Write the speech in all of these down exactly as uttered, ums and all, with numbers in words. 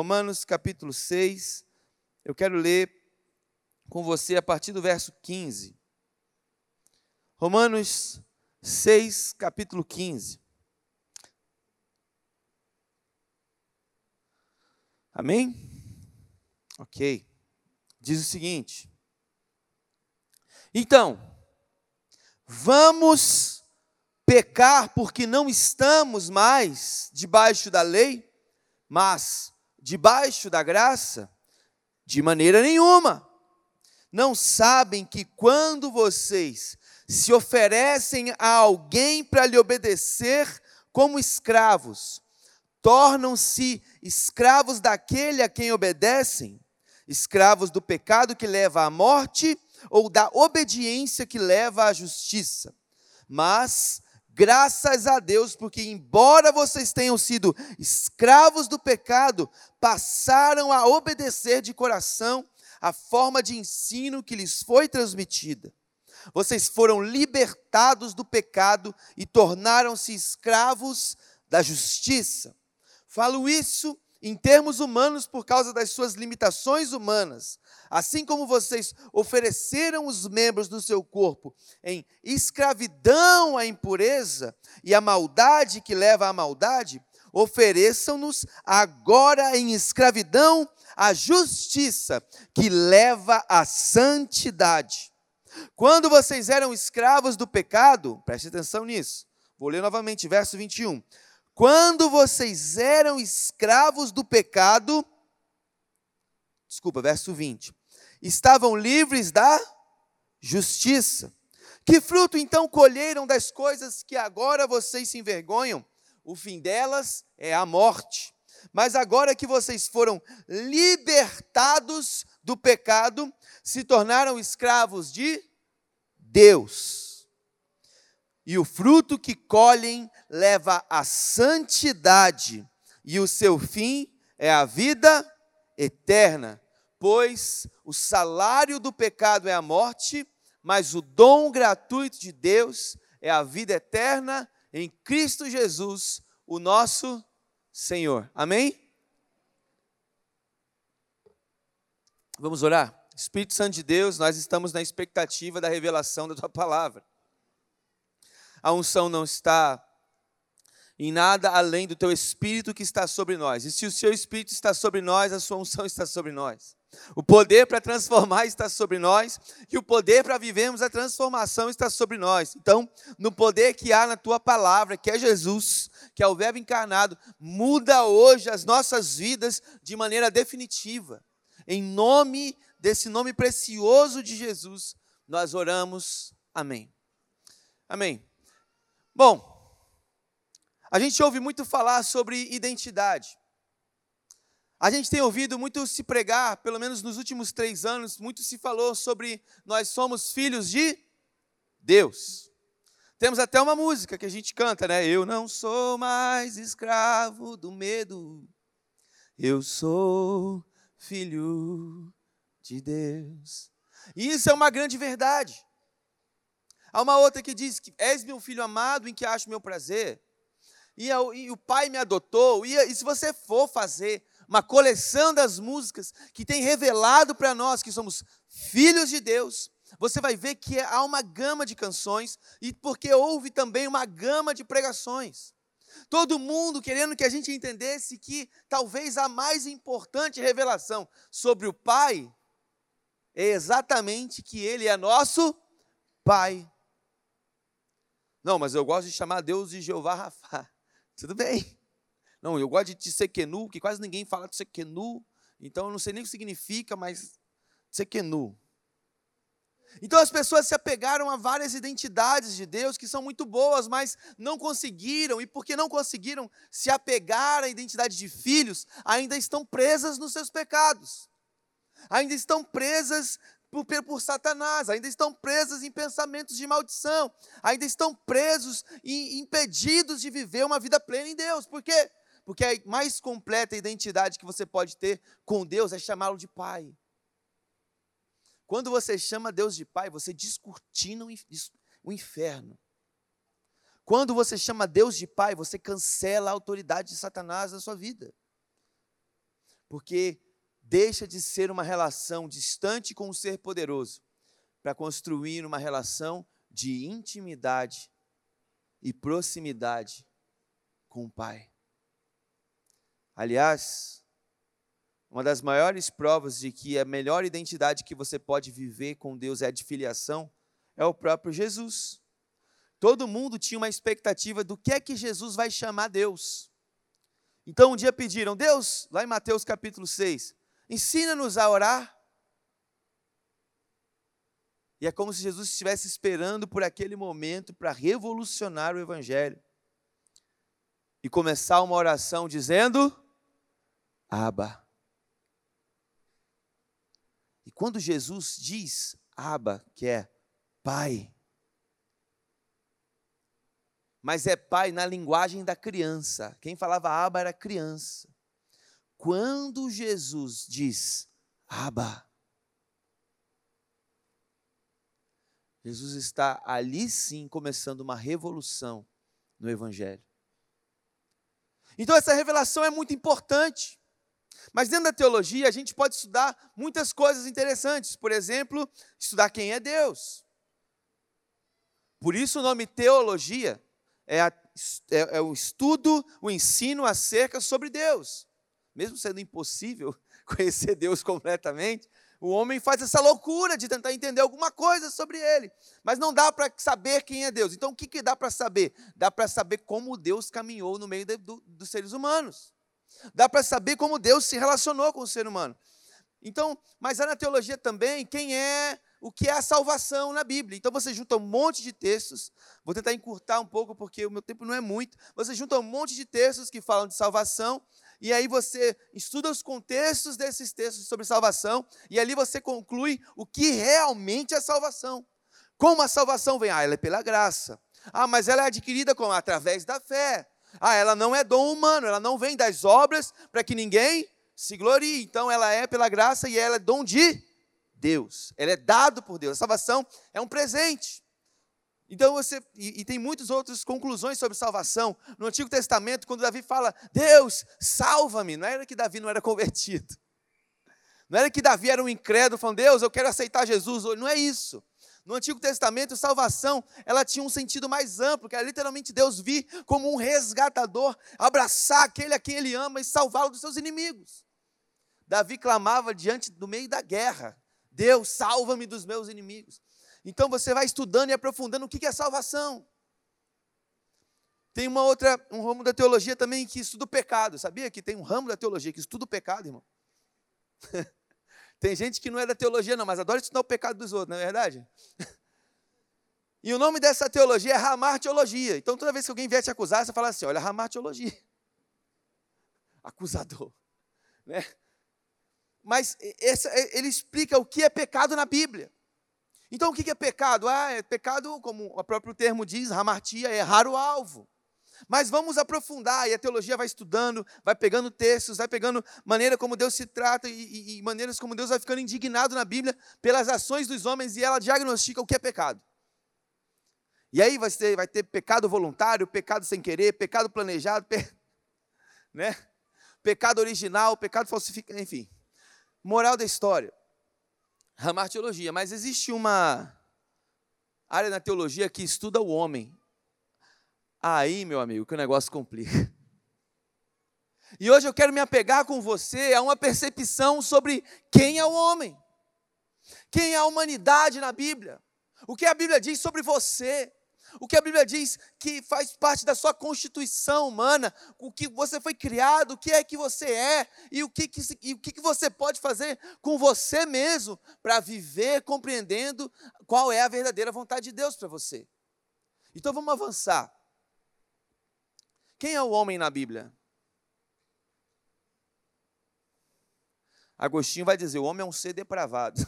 Romanos capítulo seis, eu quero ler com você a partir do verso quinze. Romanos seis, capítulo quinze. Amém? Ok. Diz o seguinte: então, vamos pecar porque não estamos mais debaixo da lei, mas debaixo da graça? De maneira nenhuma. Não sabem que quando vocês se oferecem a alguém para lhe obedecer como escravos, tornam-se escravos daquele a quem obedecem, escravos do pecado que leva à morte ou da obediência que leva à justiça. Mas, graças a Deus, porque embora vocês tenham sido escravos do pecado, passaram a obedecer de coração a forma de ensino que lhes foi transmitida. Vocês foram libertados do pecado e tornaram-se escravos da justiça. Falo isso em termos humanos por causa das suas limitações humanas. Assim como vocês ofereceram os membros do seu corpo em escravidão à impureza e à maldade que leva à maldade, ofereçam-nos agora em escravidão à justiça que leva à santidade. Quando vocês eram escravos do pecado, preste atenção nisso, vou ler novamente, verso vinte e um. Quando vocês eram escravos do pecado, desculpa, verso vinte, estavam livres da justiça. Que fruto então colheram das coisas que agora vocês se envergonham? O fim delas é a morte. Mas agora que vocês foram libertados do pecado, se tornaram escravos de Deus. E o fruto que colhem leva à santidade, e o seu fim é a vida eterna. Pois o salário do pecado é a morte, mas o dom gratuito de Deus é a vida eterna em Cristo Jesus, o nosso Senhor. Amém? Vamos orar? Espírito Santo de Deus, nós estamos na expectativa da revelação da Tua Palavra. A unção não está em nada além do Teu Espírito que está sobre nós. E se o Seu Espírito está sobre nós, a Sua unção está sobre nós. O poder para transformar está sobre nós, e o poder para vivermos a transformação está sobre nós. Então, no poder que há na Tua Palavra, que é Jesus, que é o Verbo encarnado, muda hoje as nossas vidas de maneira definitiva. Em nome desse nome precioso de Jesus, nós oramos. Amém. Amém. Bom, a gente ouve muito falar sobre identidade. A gente tem ouvido muito se pregar, pelo menos nos últimos três anos, muito se falou sobre nós somos filhos de Deus. Temos até uma música que a gente canta, né? Eu não sou mais escravo do medo, eu sou filho de Deus. E isso é uma grande verdade. Há uma outra que diz que és meu filho amado em que acho meu prazer. E, a, e o Pai me adotou. E, e se você for fazer uma coleção das músicas que tem revelado para nós que somos filhos de Deus, você vai ver que há uma gama de canções, e porque houve também uma gama de pregações. Todo mundo querendo que a gente entendesse que talvez a mais importante revelação sobre o Pai é exatamente que Ele é nosso Pai. Não, mas eu gosto de chamar Deus de Jeová Rafá. Tudo bem. Não, eu gosto de Tsequenu, que quase ninguém fala Tsequenu, então eu não sei nem o que significa, mas Tsequenu. Então as pessoas se apegaram a várias identidades de Deus que são muito boas, mas não conseguiram, e porque não conseguiram se apegar à identidade de filhos, ainda estão presas nos seus pecados, ainda estão presas por, por Satanás, ainda estão presas em pensamentos de maldição, ainda estão presos e impedidos de viver uma vida plena em Deus. Por quê? Porque a mais completa identidade que você pode ter com Deus é chamá-lo de Pai. Quando você chama Deus de Pai, você descortina o inferno. Quando você chama Deus de Pai, você cancela a autoridade de Satanás na sua vida. Porque deixa de ser uma relação distante com o ser poderoso para construir uma relação de intimidade e proximidade com o Pai. Aliás, uma das maiores provas de que a melhor identidade que você pode viver com Deus é a de filiação, é o próprio Jesus. Todo mundo tinha uma expectativa do que é que Jesus vai chamar Deus. Então um dia pediram, Deus, lá em Mateus capítulo seis, ensina-nos a orar. E é como se Jesus estivesse esperando por aquele momento para revolucionar o Evangelho. E começar uma oração dizendo, Abba. E quando Jesus diz Abba, que é Pai, mas é pai na linguagem da criança. Quem falava Abba era criança. Quando Jesus diz Abba, Jesus está ali sim começando uma revolução no Evangelho. Então essa revelação é muito importante. Mas dentro da teologia a gente pode estudar muitas coisas interessantes. Por exemplo, estudar quem é Deus. Por isso o nome teologia é, a, é, é o estudo, o ensino acerca sobre Deus. Mesmo sendo impossível conhecer Deus completamente, o homem faz essa loucura de tentar entender alguma coisa sobre Ele. Mas não dá para saber quem é Deus. Então o que, que dá para saber? Dá para saber como Deus caminhou no meio de, do, dos seres humanos. Dá para saber como Deus se relacionou com o ser humano. Então, mas há na teologia também quem é, o que é a salvação na Bíblia. Então você junta um monte de textos, vou tentar encurtar um pouco porque o meu tempo não é muito, você junta um monte de textos que falam de salvação, e aí você estuda os contextos desses textos sobre salvação, e ali você conclui o que realmente é salvação. Como a salvação vem? Ah, ela é pela graça. Ah, mas ela é adquirida como? Através da fé. Ah, ela não é dom humano, ela não vem das obras para que ninguém se glorie. Então ela é pela graça e ela é dom de Deus. Ela é dado por Deus. A salvação é um presente. Então você, e, e tem muitas outras conclusões sobre salvação. No Antigo Testamento, quando Davi fala, Deus, salva-me, não era que Davi não era convertido. Não era que Davi era um incrédulo, falando, Deus, eu quero aceitar Jesus hoje. Não é isso. No Antigo Testamento, salvação, ela tinha um sentido mais amplo, que era literalmente Deus vir como um resgatador, abraçar aquele a quem Ele ama e salvá-lo dos seus inimigos. Davi clamava diante do meio da guerra, Deus, salva-me dos meus inimigos. Então você vai estudando e aprofundando o que é salvação. Tem uma outra, um ramo da teologia também que estuda o pecado. Sabia que tem um ramo da teologia que estuda o pecado, irmão? Tem gente que não é da teologia não, mas adora estudar o pecado dos outros, não é verdade? E o nome dessa teologia é hamartiologia. Então toda vez que alguém vier te acusar, você fala assim, olha, hamartiologia. Acusador. Né? Mas essa, ele explica o que é pecado na Bíblia. Então o que é pecado? Ah, é pecado, como o próprio termo diz, hamartia, é errar o alvo. Mas vamos aprofundar, e a teologia vai estudando, vai pegando textos, vai pegando maneira como Deus se trata, e, e, e maneiras como Deus vai ficando indignado na Bíblia pelas ações dos homens, e ela diagnostica o que é pecado. E aí vai ter, vai ter pecado voluntário, pecado sem querer, pecado planejado, pe... né? Pecado original, pecado falsificado, enfim. Moral da história, hamartiologia, mas existe uma área na teologia que estuda o homem. Aí, meu amigo, que o negócio complica. E hoje eu quero me apegar com você a uma percepção sobre quem é o homem. Quem é a humanidade na Bíblia. O que a Bíblia diz sobre você. O que a Bíblia diz que faz parte da sua constituição humana. O que você foi criado, o que é que você é. E o que, que, e o que, que você pode fazer com você mesmo para viver compreendendo qual é a verdadeira vontade de Deus para você. Então vamos avançar. Quem é o homem na Bíblia? Agostinho vai dizer, o homem é um ser depravado.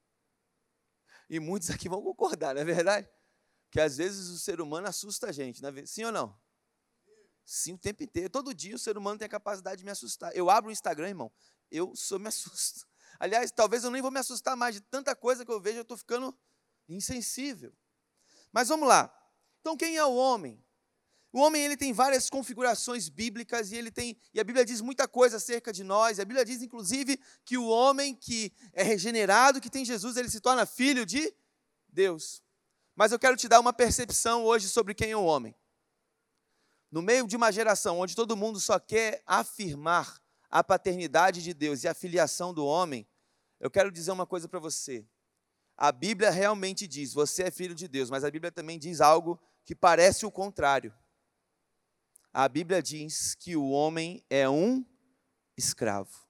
E muitos aqui vão concordar, não é verdade? Que às vezes o ser humano assusta a gente, não é? Sim ou não? Sim, o tempo inteiro. Todo dia o ser humano tem a capacidade de me assustar. Eu abro o Instagram, irmão, eu só me assusto. Aliás, talvez eu nem vou me assustar mais de tanta coisa que eu vejo, eu estou ficando insensível. Mas vamos lá. Então, quem é o homem? O homem ele tem várias configurações bíblicas e ele tem e a Bíblia diz muita coisa acerca de nós. A Bíblia diz inclusive que o homem que é regenerado, que tem Jesus, ele se torna filho de Deus. Mas eu quero te dar uma percepção hoje sobre quem é o homem. No meio de uma geração onde todo mundo só quer afirmar a paternidade de Deus e a filiação do homem, eu quero dizer uma coisa para você. A Bíblia realmente diz, você é filho de Deus, mas a Bíblia também diz algo que parece o contrário. A Bíblia diz que o homem é um escravo.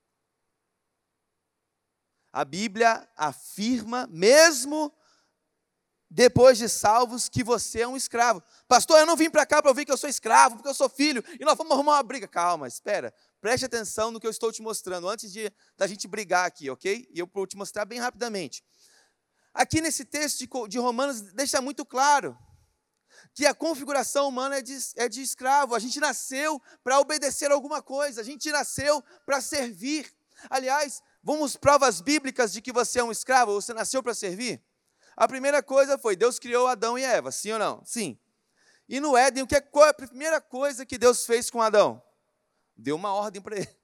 A Bíblia afirma, mesmo depois de salvos, que você é um escravo. Pastor, eu não vim para cá para ouvir que eu sou escravo, porque eu sou filho, e nós vamos arrumar uma briga. Calma, espera. Preste atenção no que eu estou te mostrando, antes de da gente brigar aqui, ok? E eu vou te mostrar bem rapidamente. Aqui nesse texto de, de Romanos, deixa muito claro que a configuração humana é de, é de escravo. A gente nasceu para obedecer alguma coisa, a gente nasceu para servir. Aliás, vamos provas bíblicas de que você é um escravo, você nasceu para servir? A primeira coisa foi, Deus criou Adão e Eva, sim ou não? Sim. E no Éden, o que é, qual é a primeira coisa que Deus fez com Adão? Deu uma ordem para ele.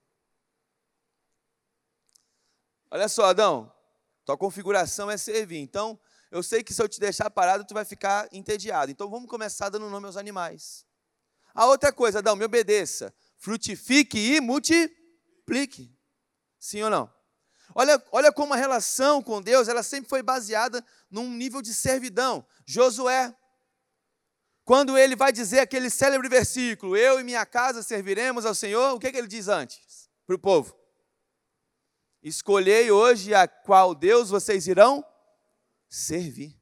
Olha só, Adão, tua configuração é servir. Então, eu sei que se eu te deixar parado, tu vai ficar entediado. Então, vamos começar dando nome aos animais. A outra coisa, Adão, me obedeça. Frutifique e multiplique. Sim ou não? Olha, olha como a relação com Deus, ela sempre foi baseada num nível de servidão. Josué, quando ele vai dizer aquele célebre versículo, eu e minha casa serviremos ao Senhor, o que, que ele diz antes para o povo? Escolhei hoje a qual Deus vocês irão servir.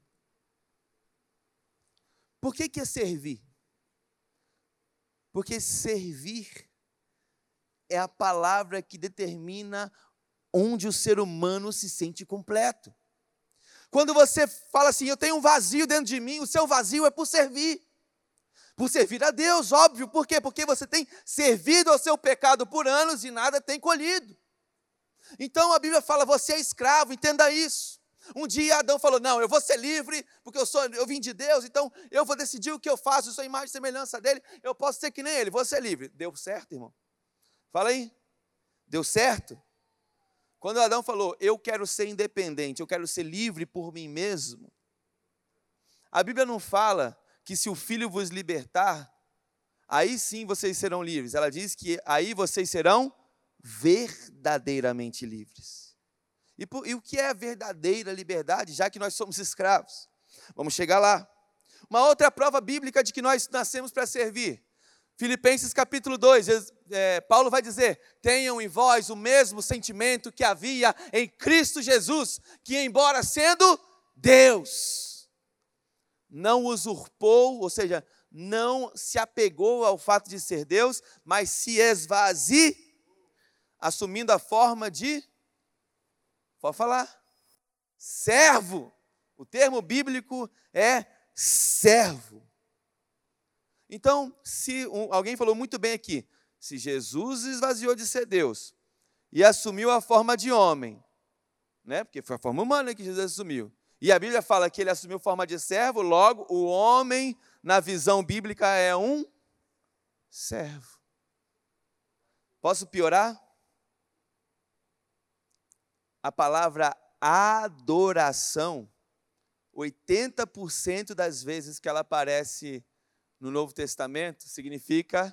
Por que que é servir? Porque servir é a palavra que determina onde o ser humano se sente completo. Quando você fala assim, eu tenho um vazio dentro de mim, o seu vazio é por servir. Por servir a Deus, óbvio. Por quê? Porque você tem servido ao seu pecado por anos e nada tem colhido. Então a Bíblia fala, você é escravo, entenda isso. Um dia Adão falou, não, eu vou ser livre, porque eu, sou, eu vim de Deus, então eu vou decidir o que eu faço, eu sou a imagem e semelhança dele, eu posso ser que nem ele, vou ser livre. Deu certo, irmão? Fala aí. Deu certo? Quando Adão falou, eu quero ser independente, eu quero ser livre por mim mesmo, a Bíblia não fala que se o Filho vos libertar, aí sim vocês serão livres. Ela diz que aí vocês serão verdadeiramente livres. E, por, e o que é a verdadeira liberdade, já que nós somos escravos? Vamos chegar lá. Uma outra prova bíblica de que nós nascemos para servir. Filipenses capítulo dois, é, Paulo vai dizer, tenham em vós o mesmo sentimento que havia em Cristo Jesus, que embora sendo Deus, não usurpou, ou seja, não se apegou ao fato de ser Deus, mas se esvaziou, assumindo a forma de, pode falar, servo. O termo bíblico é servo. Então, se um, alguém falou muito bem aqui, se Jesus esvaziou de ser Deus e assumiu a forma de homem, né? Porque foi a forma humana que Jesus assumiu, e a Bíblia fala que ele assumiu forma de servo, logo o homem, na visão bíblica, é um servo. Posso piorar? A palavra adoração, oitenta por cento das vezes que ela aparece no Novo Testamento, significa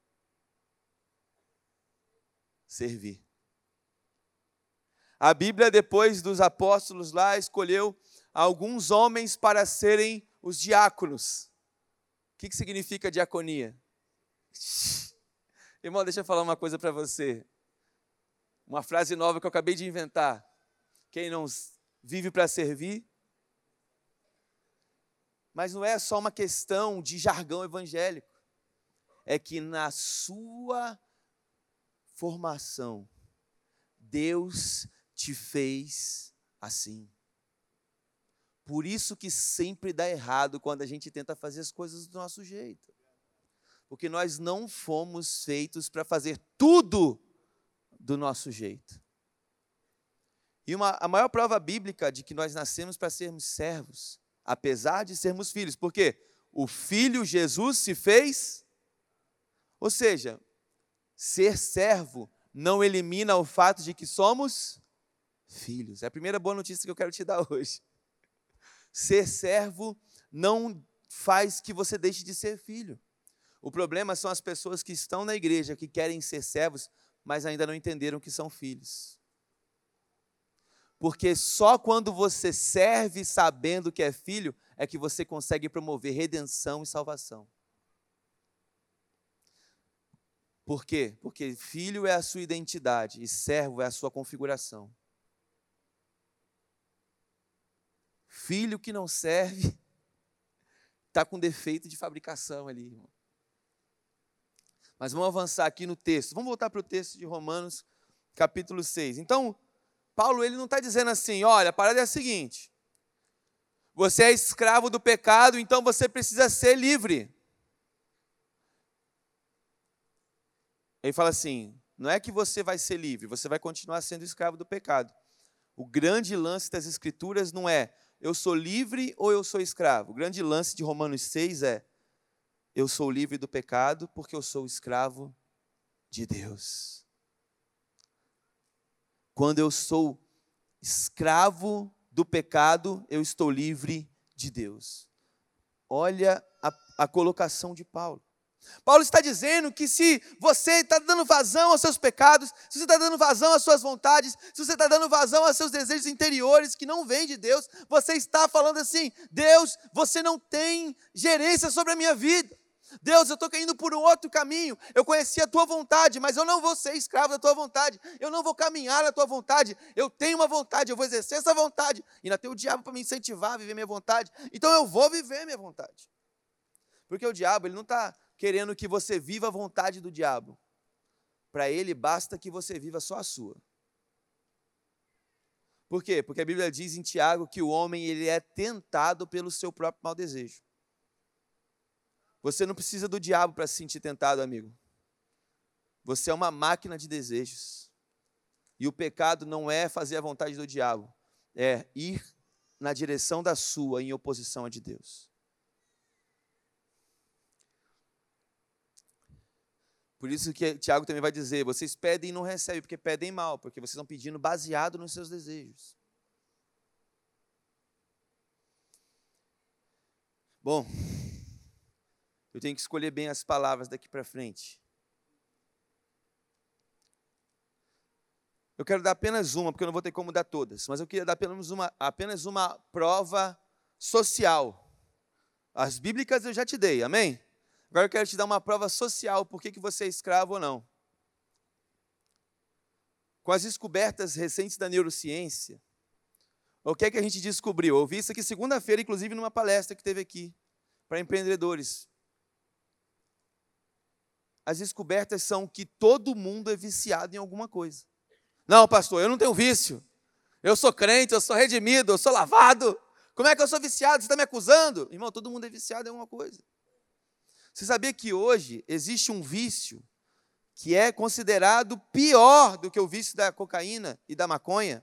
servir. A Bíblia, depois dos apóstolos lá, escolheu alguns homens para serem os diáconos. O que, que significa diaconia? Irmão, deixa eu falar uma coisa para você. Uma frase nova que eu acabei de inventar. Quem não vive para servir? Mas não é só uma questão de jargão evangélico. É que na sua formação, Deus te fez assim. Por isso que sempre dá errado quando a gente tenta fazer as coisas do nosso jeito. Porque nós não fomos feitos para fazer tudo do nosso jeito. E uma, a maior prova bíblica de que nós nascemos para sermos servos, apesar de sermos filhos. Por quê? o Filho Jesus se fez. Ou seja, ser servo não elimina o fato de que somos filhos. É a primeira boa notícia que eu quero te dar hoje. Ser servo não faz que você deixe de ser filho. O problema são as pessoas que estão na igreja, que querem ser servos, mas ainda não entenderam que são filhos. Porque só quando você serve sabendo que é filho, é que você consegue promover redenção e salvação. Por quê? Porque filho é a sua identidade e servo é a sua configuração. Filho que não serve, está com defeito de fabricação ali, irmão. Mas vamos avançar aqui no texto. Vamos voltar para o texto de Romanos, capítulo seis. Então, Paulo ele não está dizendo assim, olha, a parada é a seguinte, você é escravo do pecado, então você precisa ser livre. Ele fala assim, não é que você vai ser livre, você vai continuar sendo escravo do pecado. O grande lance das Escrituras não é, eu sou livre ou eu sou escravo. O grande lance de Romanos seis é, eu sou livre do pecado porque eu sou escravo de Deus. Quando eu sou escravo do pecado, eu estou livre de Deus. Olha a, a colocação de Paulo. Paulo está dizendo que se você está dando vazão aos seus pecados, se você está dando vazão às suas vontades, se você está dando vazão aos seus desejos interiores que não vêm de Deus, você está falando assim, Deus, você não tem gerência sobre a minha vida. Deus, eu estou indo por um outro caminho, eu conheci a tua vontade, mas eu não vou ser escravo da tua vontade, eu não vou caminhar na tua vontade, eu tenho uma vontade, eu vou exercer essa vontade, e ainda tem o diabo para me incentivar a viver minha vontade, então eu vou viver minha vontade. Porque o diabo, ele não está querendo que você viva a vontade do diabo, para ele basta que você viva só a sua. Por quê? Porque a Bíblia diz em Tiago que o homem ele é tentado pelo seu próprio mau desejo. Você não precisa do diabo para se sentir tentado, amigo. Você é uma máquina de desejos. E o pecado não é fazer a vontade do diabo, é ir na direção da sua em oposição a de Deus. Por isso que Tiago também vai dizer, vocês pedem e não recebem, porque pedem mal, porque vocês estão pedindo baseado nos seus desejos. Bom, eu tenho que escolher bem as palavras daqui para frente. Eu quero dar apenas uma, porque eu não vou ter como dar todas, mas eu queria dar apenas uma, apenas uma prova social. As bíblicas eu já te dei, amém? Agora eu quero te dar uma prova social, por que que você é escravo ou não. Com as descobertas recentes da neurociência, o que é que a gente descobriu? Eu ouvi isso aqui segunda-feira, inclusive numa palestra que teve aqui, para empreendedores. As descobertas são que todo mundo é viciado em alguma coisa. Não, pastor, eu não tenho vício. Eu sou crente, eu sou redimido, eu sou lavado. Como é que eu sou viciado? Você está me acusando? Irmão, todo mundo é viciado em alguma coisa. Você sabia que hoje existe um vício que é considerado pior do que o vício da cocaína e da maconha,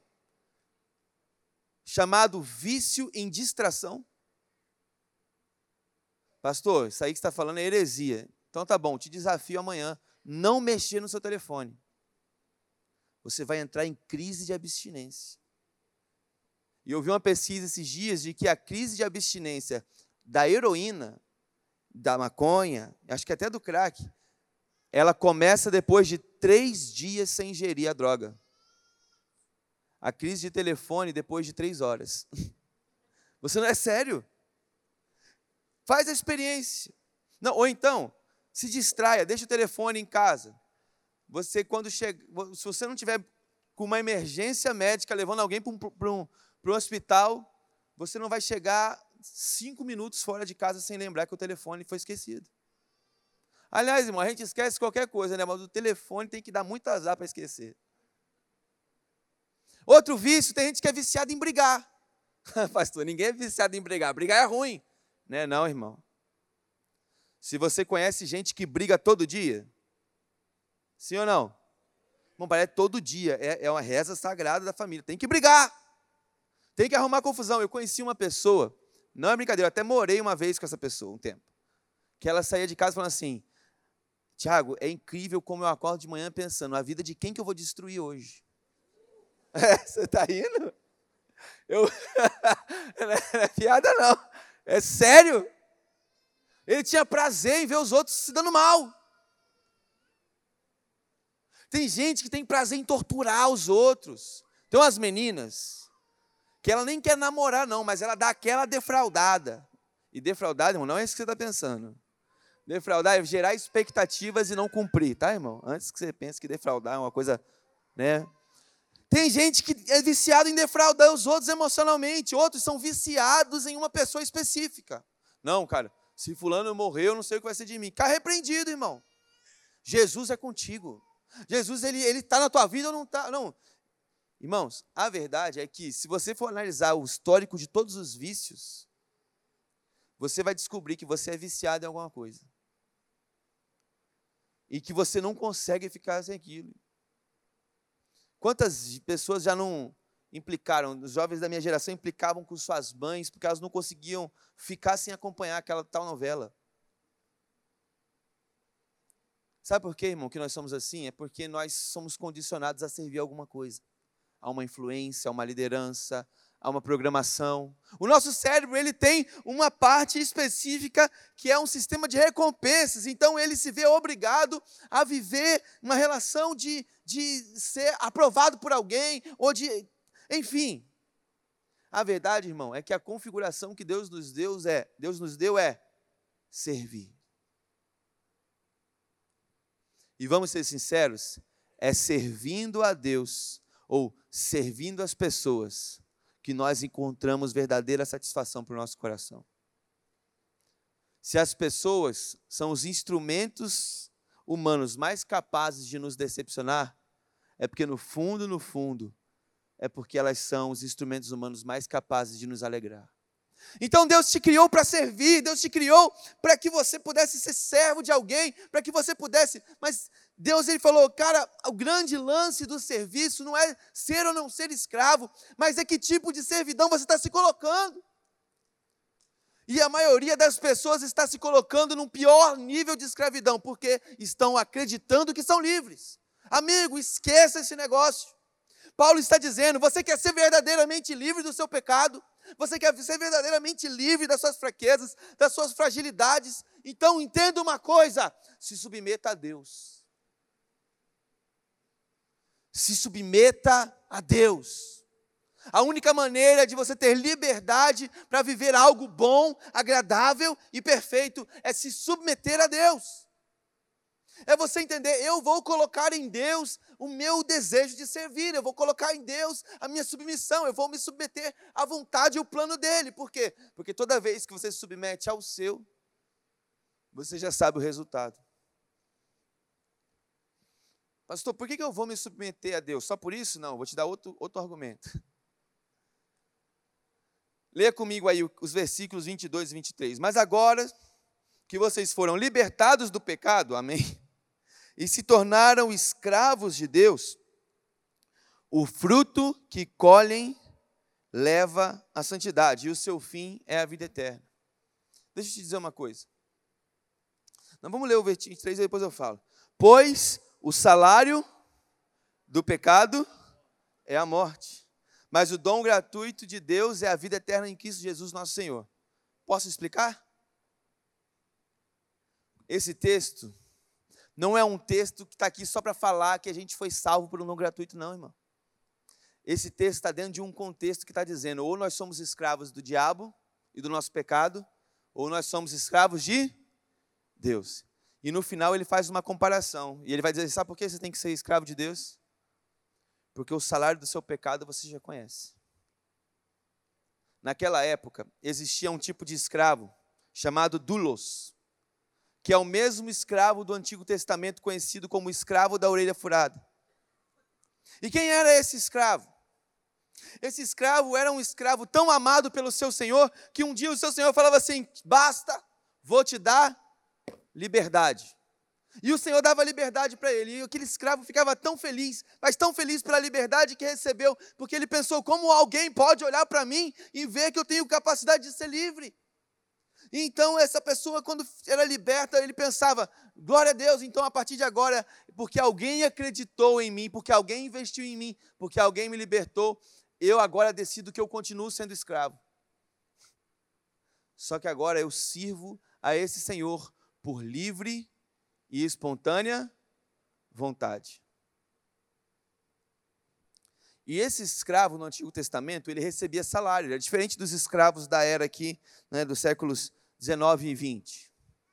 chamado vício em distração? Pastor, isso aí que você está falando é heresia. Então tá bom, te desafio amanhã, não mexer no seu telefone. Você vai entrar em crise de abstinência. E eu vi uma pesquisa esses dias de que a crise de abstinência da heroína, da maconha, acho que até do crack, ela começa depois de três dias sem ingerir a droga. A crise de telefone depois de três horas. Você não é sério? Faz a experiência. Não, ou então, se distraia, deixa o telefone em casa. Você, quando chega, se você não tiver com uma emergência médica, levando alguém para um, para um, para um hospital, você não vai chegar cinco minutos fora de casa sem lembrar que o telefone foi esquecido. Aliás, irmão, a gente esquece qualquer coisa, né? Mas o telefone tem que dar muito azar para esquecer. Outro vício, tem gente que é viciado em brigar. Pastor, ninguém é viciado em brigar. Brigar é ruim. Não é não, irmão. Se você conhece gente que briga todo dia, sim ou não? Irmão, parece todo dia, é, é uma reza sagrada da família. Tem que brigar, tem que arrumar confusão. Eu conheci uma pessoa, Não é brincadeira, eu até morei uma vez com essa pessoa, um tempo. Que ela saía de casa falando assim, Tiago, é incrível como eu acordo de manhã pensando, a vida de quem que eu vou destruir hoje? É, você está rindo? Eu... não é piada não, é sério. Ele tinha prazer em ver os outros se dando mal. Tem gente que tem prazer em torturar os outros. Tem umas meninas que ela nem quer namorar não, mas ela dá aquela defraudada. E defraudada, irmão, não é isso que você está pensando. Defraudar é gerar expectativas e não cumprir, tá, irmão? Antes que você pense que defraudar é uma coisa, né? Tem gente que é viciado em defraudar os outros emocionalmente. Outros são viciados em uma pessoa específica. Não, cara, se fulano morreu, eu não sei o que vai ser de mim. Fica repreendido, irmão. Jesus é contigo. Jesus, ele ele está na tua vida ou não está? Não. Irmãos, a verdade é que, se você for analisar o histórico de todos os vícios, você vai descobrir que você é viciado em alguma coisa. E que você não consegue ficar sem aquilo. Quantas pessoas já não implicaram, os jovens da minha geração implicavam com suas mães, porque elas não conseguiam ficar sem acompanhar aquela tal novela. Sabe por quê, irmão, que nós somos assim? É porque nós somos condicionados a servir alguma coisa. A uma influência, a uma liderança, a uma programação. O nosso cérebro, ele tem uma parte específica que é um sistema de recompensas. Então, ele se vê obrigado a viver uma relação de, de ser aprovado por alguém, ou de... Enfim. A verdade, irmão, é que a configuração que Deus nos deu é, Deus nos deu é servir. E vamos ser sinceros, é servindo a Deus, ou servindo as pessoas, que nós encontramos verdadeira satisfação para o nosso coração. Se as pessoas são os instrumentos humanos mais capazes de nos decepcionar, é porque no fundo, no fundo, é porque elas são os instrumentos humanos mais capazes de nos alegrar. Então Deus te criou para servir, Deus te criou para que você pudesse ser servo de alguém, para que você pudesse, mas Deus, ele falou, cara, o grande lance do serviço não é ser ou não ser escravo, mas é que tipo de servidão você está se colocando. E a maioria das pessoas está se colocando num pior nível de escravidão, porque estão acreditando que são livres. Amigo, esqueça esse negócio. Paulo está dizendo, você quer ser verdadeiramente livre do seu pecado? Você quer ser verdadeiramente livre das suas fraquezas, das suas fragilidades? Então entenda uma coisa, se submeta a Deus. Se submeta a Deus. A única maneira de você ter liberdade para viver algo bom, agradável e perfeito é se submeter a Deus. É você entender, eu vou colocar em Deus o meu desejo de servir, eu vou colocar em Deus a minha submissão, eu vou me submeter à vontade e ao plano dEle. Por quê? Porque toda vez que você se submete ao seu, você já sabe o resultado. Pastor, por que eu vou me submeter a Deus? Só por isso? Não, vou te dar outro, outro argumento. Leia comigo aí os versículos vinte e dois e vinte e três. Mas agora que vocês foram libertados do pecado, amém? E se tornaram escravos de Deus, o fruto que colhem leva à santidade, e o seu fim é a vida eterna. Deixa eu te dizer uma coisa. Nós vamos ler o versículo vinte e três e depois eu falo. Pois o salário do pecado é a morte, mas o dom gratuito de Deus é a vida eterna em Cristo Jesus nosso Senhor. Posso explicar? Esse texto não é um texto que está aqui só para falar que a gente foi salvo por um dom gratuito, não, irmão. Esse texto está dentro de um contexto que está dizendo, ou nós somos escravos do diabo e do nosso pecado, ou nós somos escravos de Deus. E no final ele faz uma comparação, e ele vai dizer, sabe por que você tem que ser escravo de Deus? Porque o salário do seu pecado você já conhece. Naquela época, existia um tipo de escravo chamado doulos, que é o mesmo escravo do Antigo Testamento, conhecido como escravo da orelha furada. E quem era esse escravo? Esse escravo era um escravo tão amado pelo seu senhor, que um dia o seu senhor falava assim, basta, vou te dar liberdade. E o Senhor dava liberdade para ele. E aquele escravo ficava tão feliz, mas tão feliz pela liberdade que recebeu, porque ele pensou, como alguém pode olhar para mim e ver que eu tenho capacidade de ser livre? E então essa pessoa, quando era liberta, ele pensava, glória a Deus, então a partir de agora, porque alguém acreditou em mim, porque alguém investiu em mim, porque alguém me libertou, eu agora decido que eu continuo sendo escravo. Só que agora eu sirvo a esse Senhor por livre e espontânea vontade. E esse escravo no Antigo Testamento, ele recebia salário, era diferente dos escravos da era aqui, né, dos séculos dezenove e vinte.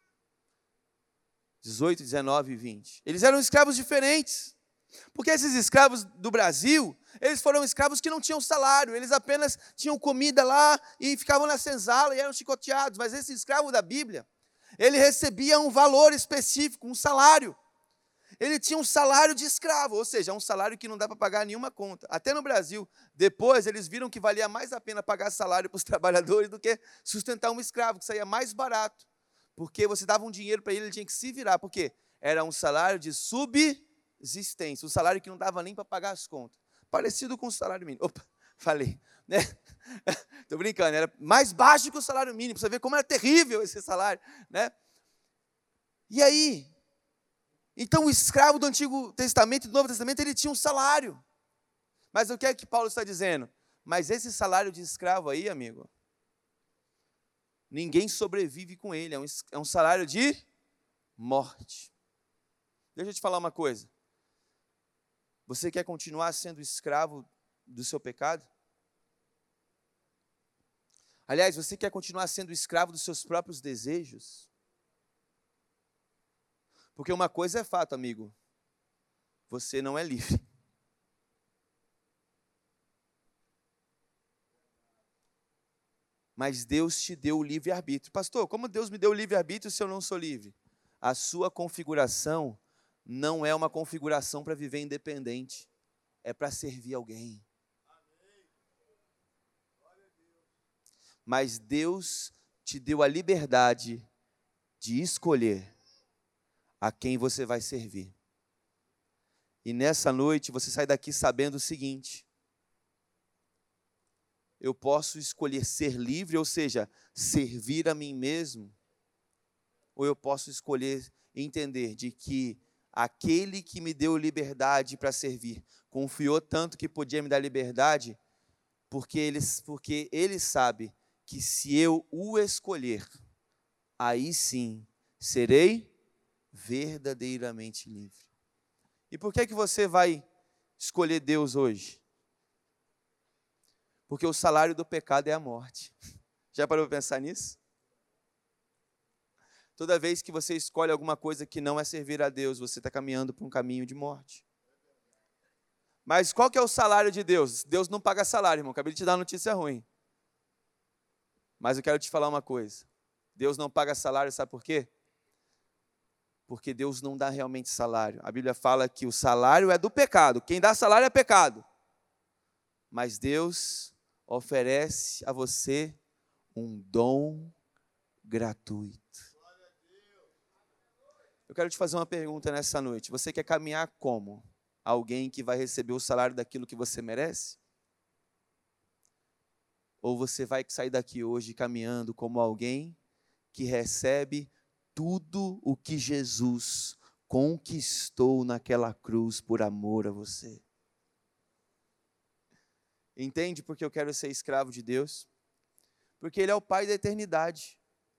dezoito, dezenove e vinte. Eles eram escravos diferentes, porque esses escravos do Brasil, eles foram escravos que não tinham salário, eles apenas tinham comida lá e ficavam na senzala e eram chicoteados, mas esse escravo da Bíblia, ele recebia um valor específico, um salário. Ele tinha um salário de escravo, ou seja, um salário que não dá para pagar nenhuma conta. Até no Brasil, depois eles viram que valia mais a pena pagar salário para os trabalhadores do que sustentar um escravo, que saía mais barato. Porque você dava um dinheiro para ele, ele tinha que se virar. Por quê? Era um salário de subsistência, um salário que não dava nem para pagar as contas. Parecido com o salário mínimo. Opa, falei. Né? Estou brincando, era mais baixo que o salário mínimo, para você ver como era terrível esse salário. Né? E aí, então o escravo do Antigo Testamento e do Novo Testamento, ele tinha um salário. Mas o que é que Paulo está dizendo? Mas esse salário de escravo aí, amigo, ninguém sobrevive com ele, é um, é um salário de morte. Deixa eu te falar uma coisa. Você quer continuar sendo escravo do seu pecado? Aliás, você quer continuar sendo escravo dos seus próprios desejos? Porque uma coisa é fato, amigo, você não é livre. Mas Deus te deu o livre-arbítrio. Pastor, como Deus me deu o livre-arbítrio se eu não sou livre? A sua configuração não é uma configuração para viver independente, é para servir alguém. Mas Deus te deu a liberdade de escolher a quem você vai servir. E nessa noite você sai daqui sabendo o seguinte: eu posso escolher ser livre, ou seja, servir a mim mesmo, ou eu posso escolher entender de que aquele que me deu liberdade para servir, confiou tanto que podia me dar liberdade, porque ele, porque ele sabe que se eu o escolher, aí sim serei verdadeiramente livre. E por que que você vai escolher Deus hoje? Porque o salário do pecado é a morte. Já parou para pensar nisso? Toda vez que você escolhe alguma coisa que não é servir a Deus, você está caminhando para um caminho de morte. Mas qual que é o salário de Deus? Deus não paga salário, irmão. Acabei de te dar uma notícia ruim. Mas eu quero te falar uma coisa. Deus não paga salário, sabe por quê? Porque Deus não dá realmente salário. A Bíblia fala que o salário é do pecado. Quem dá salário é pecado. Mas Deus oferece a você um dom gratuito. Eu quero te fazer uma pergunta nessa noite. Você quer caminhar como? Alguém que vai receber o salário daquilo que você merece? Ou você vai sair daqui hoje caminhando como alguém que recebe tudo o que Jesus conquistou naquela cruz por amor a você? Entende porque eu quero ser escravo de Deus? Porque Ele é o Pai da eternidade.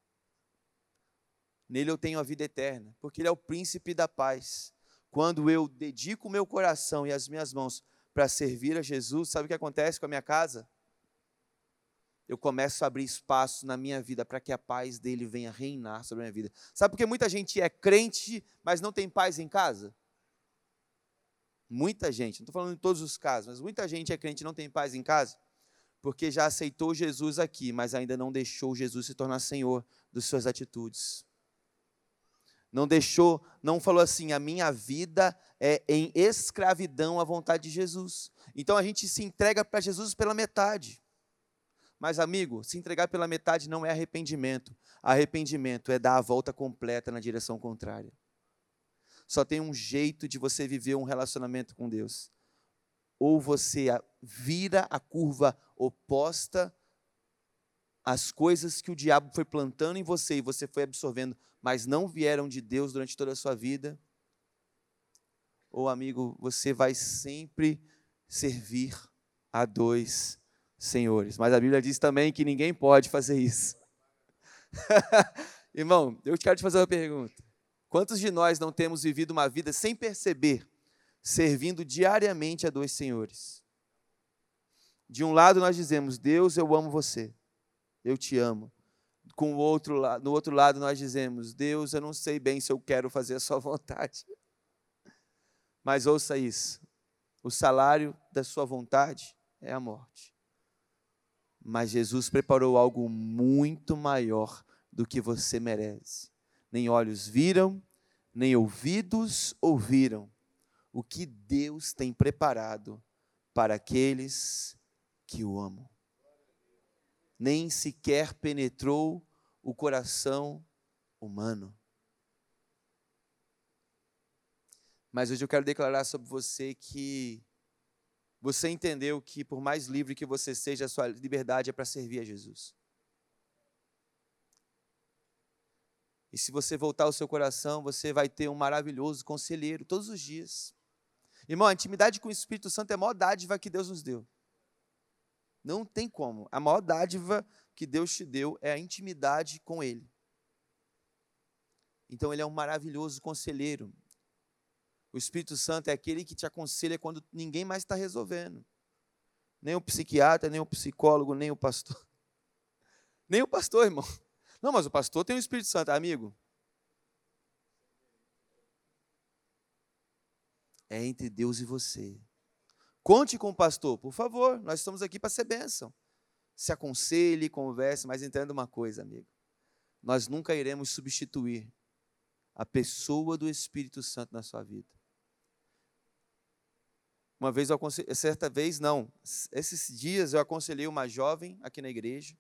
Nele eu tenho a vida eterna, porque Ele é o príncipe da paz. Quando eu dedico o meu coração e as minhas mãos para servir a Jesus, sabe o que acontece com a minha casa? Eu começo a abrir espaço na minha vida para que a paz dele venha reinar sobre a minha vida. Sabe por que muita gente é crente, mas não tem paz em casa? Muita gente, não estou falando em todos os casos, mas muita gente é crente e não tem paz em casa, porque já aceitou Jesus aqui, mas ainda não deixou Jesus se tornar Senhor das suas atitudes. Não deixou, não falou assim, a minha vida é em escravidão à vontade de Jesus. Então a gente se entrega para Jesus pela metade. Mas, amigo, se entregar pela metade não é arrependimento. Arrependimento é dar a volta completa na direção contrária. só tem um jeito de você viver um relacionamento com Deus. Ou você vira a curva oposta às coisas que o diabo foi plantando em você e você foi absorvendo, mas não vieram de Deus durante toda a sua vida. Ou, amigo, você vai sempre servir a dois senhores. Mas a Bíblia diz também que ninguém pode fazer isso. Irmão, eu quero te fazer uma pergunta. Quantos de nós não temos vivido uma vida sem perceber, servindo diariamente a dois senhores? De um lado nós dizemos, Deus, eu amo você, eu te amo. Com o outro, no outro lado nós dizemos, Deus, eu não sei bem se eu quero fazer a sua vontade. Mas ouça isso, o salário da sua vontade é a morte. Mas Jesus preparou algo muito maior do que você merece. Nem olhos viram, nem ouvidos ouviram o que Deus tem preparado para aqueles que o amam. Nem sequer penetrou o coração humano. Mas hoje eu quero declarar sobre você que você entendeu que por mais livre que você seja, a sua liberdade é para servir a Jesus. E se você voltar ao seu coração, você vai ter um maravilhoso conselheiro todos os dias. Irmão, a intimidade com o Espírito Santo é a maior dádiva que Deus nos deu. Não tem como. A maior dádiva que Deus te deu é a intimidade com Ele. Então, Ele é um maravilhoso conselheiro. O Espírito Santo é aquele que te aconselha quando ninguém mais está resolvendo. Nem o psiquiatra, nem o psicólogo, nem o pastor. Nem o pastor, irmão. Não, mas o pastor tem o Espírito Santo, amigo. É entre Deus e você. Conte com o pastor, por favor. Nós estamos aqui para ser bênção. Se aconselhe, converse, mas entenda uma coisa, amigo. Nós nunca iremos substituir a pessoa do Espírito Santo na sua vida. Uma vez, eu aconselhei, certa vez, não, esses dias eu aconselhei uma jovem aqui na igreja,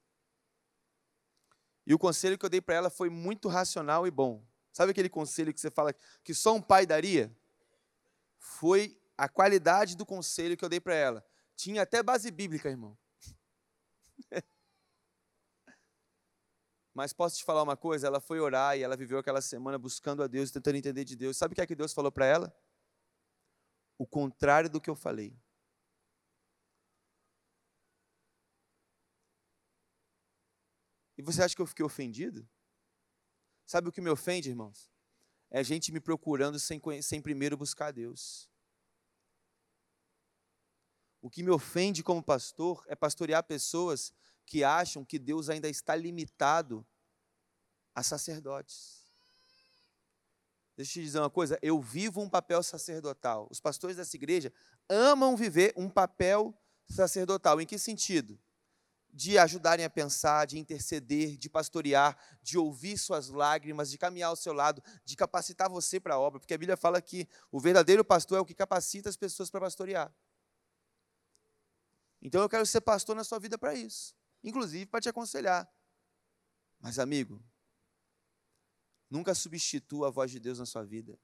e o conselho que eu dei para ela foi muito racional e bom. Sabe aquele conselho que você fala que só um pai daria? Foi a qualidade do conselho que eu dei para ela. Tinha até base bíblica, irmão. Mas posso te falar uma coisa? Ela foi orar e ela viveu aquela semana buscando a Deus, tentando entender de Deus. Sabe o que é que Deus falou para ela? O contrário do que eu falei. E você acha que eu fiquei ofendido? Sabe o que me ofende, irmãos? É a gente me procurando sem, sem primeiro buscar a Deus. O que me ofende como pastor é pastorear pessoas que acham que Deus ainda está limitado a sacerdotes. Deixa eu te dizer uma coisa, eu vivo um papel sacerdotal. Os pastores dessa igreja amam viver um papel sacerdotal. Em que sentido? De ajudarem a pensar, de interceder, de pastorear, de ouvir suas lágrimas, de caminhar ao seu lado, de capacitar você para a obra. Porque a Bíblia fala que o verdadeiro pastor é o que capacita as pessoas para pastorear. Então eu quero ser pastor na sua vida para isso. Inclusive para te aconselhar. Mas, amigo, nunca substitua a voz de Deus na sua vida.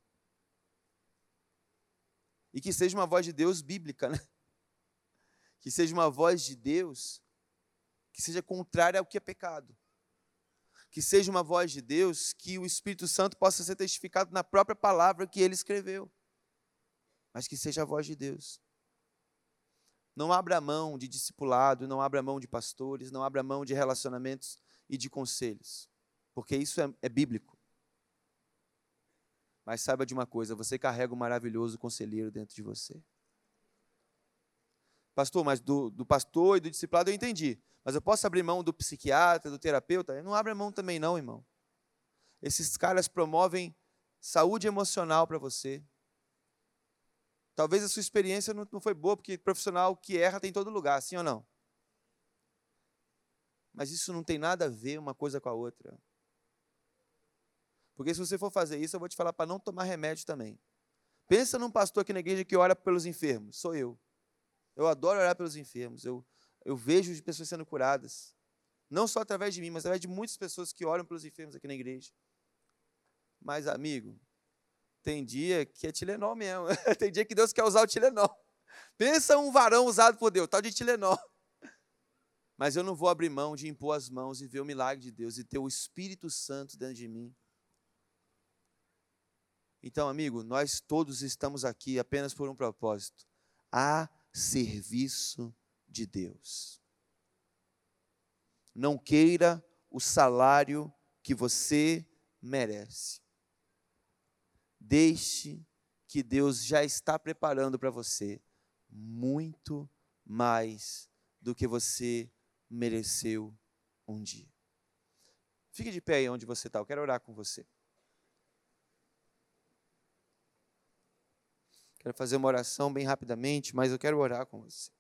E que seja uma voz de Deus bíblica, né? Que seja uma voz de Deus que seja contrária ao que é pecado. Que seja uma voz de Deus que o Espírito Santo possa ser testificado na própria palavra que ele escreveu. Mas que seja a voz de Deus. Não abra mão de discipulado, não abra mão de pastores, não abra mão de relacionamentos e de conselhos. Porque isso é, é bíblico. Mas saiba de uma coisa, você carrega um maravilhoso conselheiro dentro de você. Pastor, mas do, do pastor e do discipulado eu entendi. Mas eu posso abrir mão do psiquiatra, do terapeuta? Eu não abro mão também não, irmão. Esses caras promovem saúde emocional para você. Talvez a sua experiência não, não foi boa, porque profissional que erra tem em todo lugar, sim ou não? Mas isso não tem nada a ver uma coisa com a outra. Porque se você for fazer isso, eu vou te falar para não tomar remédio também. Pensa num pastor aqui na igreja que ora pelos enfermos. Sou eu. Eu adoro orar pelos enfermos. Eu, eu vejo as pessoas sendo curadas. Não só através de mim, mas através de muitas pessoas que oram pelos enfermos aqui na igreja. Mas, amigo, Tem dia que é Tilenol mesmo. Tem dia que Deus quer usar o Tilenol. Pensa um varão usado por Deus, tal de Tilenol. Mas eu não vou abrir mão de impor as mãos e ver o milagre de Deus e ter o Espírito Santo dentro de mim. Então, amigo, nós todos estamos aqui apenas por um propósito: a serviço de Deus. Não queira o salário que você merece. Deixe que Deus já está preparando para você muito mais do que você mereceu um dia. Fique de pé aí onde você está, eu quero orar com você. Quero fazer uma oração bem rapidamente, mas eu quero orar com você.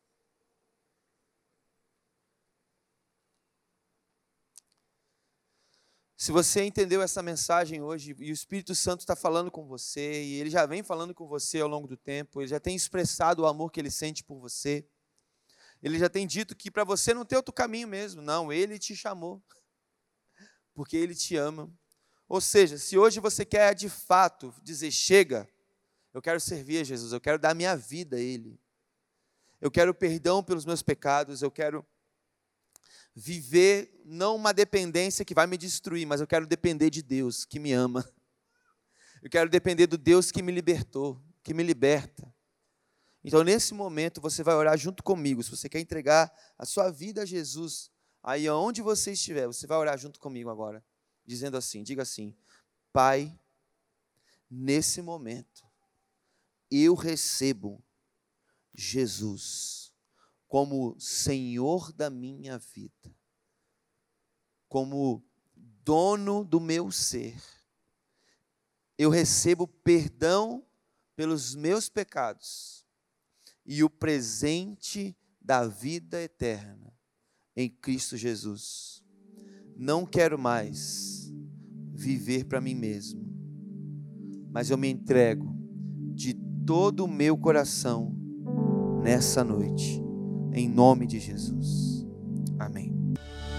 Se você entendeu essa mensagem hoje e o Espírito Santo está falando com você, e ele já vem falando com você ao longo do tempo, ele já tem expressado o amor que ele sente por você, ele já tem dito que para você não ter outro caminho mesmo, não, ele te chamou, porque ele te ama. Ou seja, se hoje você quer de fato dizer, chega, eu quero servir a Jesus, eu quero dar minha vida a ele, eu quero perdão pelos meus pecados, eu quero viver não uma dependência que vai me destruir, mas eu quero depender de Deus que me ama. Eu quero depender do Deus que me libertou, que me liberta. Então, nesse momento, você vai orar junto comigo. Se você quer entregar a sua vida a Jesus, aí onde você estiver, você vai orar junto comigo agora, dizendo assim, diga assim: Pai, nesse momento, eu recebo Jesus como Senhor da minha vida, como dono do meu ser. Eu recebo perdão pelos meus pecados e o presente da vida eterna em Cristo Jesus. Não quero mais viver para mim mesmo, mas eu me entrego de todo o meu coração nessa noite, em nome de Jesus. Amém.